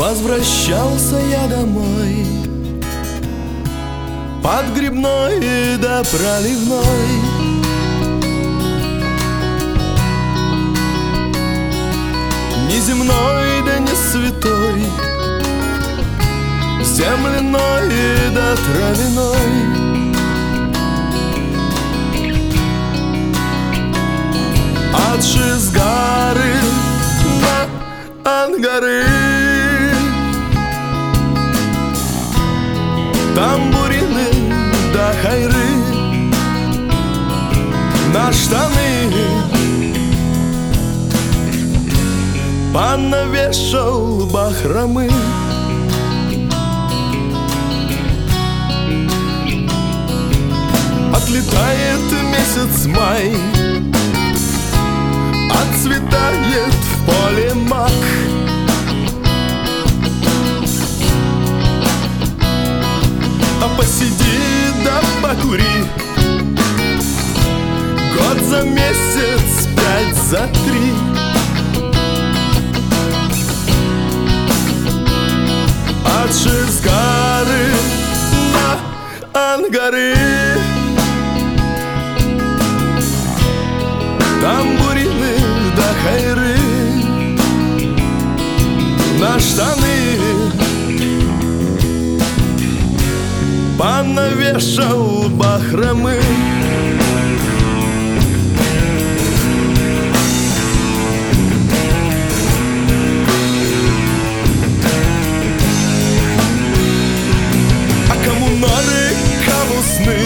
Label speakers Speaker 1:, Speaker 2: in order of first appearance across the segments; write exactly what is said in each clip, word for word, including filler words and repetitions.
Speaker 1: Возвращался я домой под Грибной да Проливной. Не земной да не святой, земляной да травяной. От Шизгары до Ангары тамбурины да хайры на штаны понавешал бахромы. Отлетает месяц май, отцветает в поле мак. А посиди да покури, год за месяц, пять за три. От Шизгары до Ангары тамбурины да хайры на штаны понавешал бахромы. А кому норы, кому сны,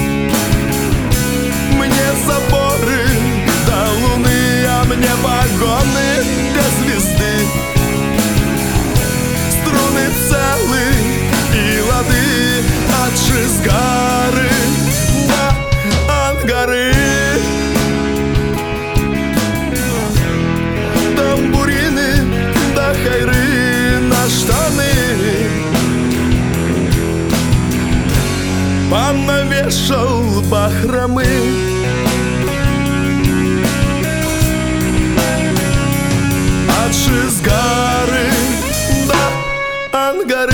Speaker 1: мне заборы до луны, а мне вагоны для звезды. Струны целы и лады от Шизгары до Ангары. Тамбурины да хайры на штаны понавешал бахромы. От Шизгары до Ангары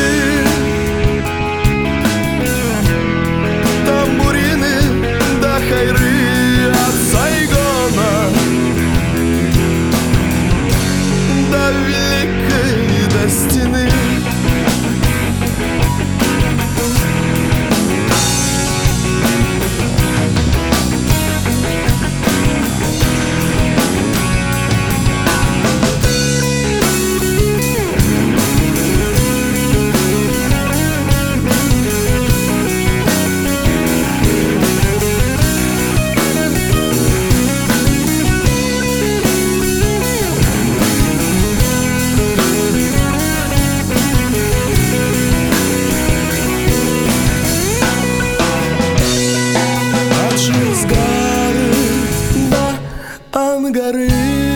Speaker 1: тамбурины да хайры от Сайгона до Великой до Стены. Ангары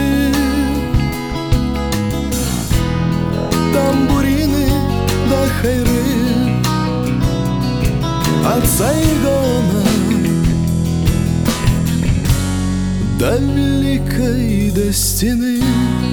Speaker 1: тамбурины да хайры от Сайгона до Великой до Стены.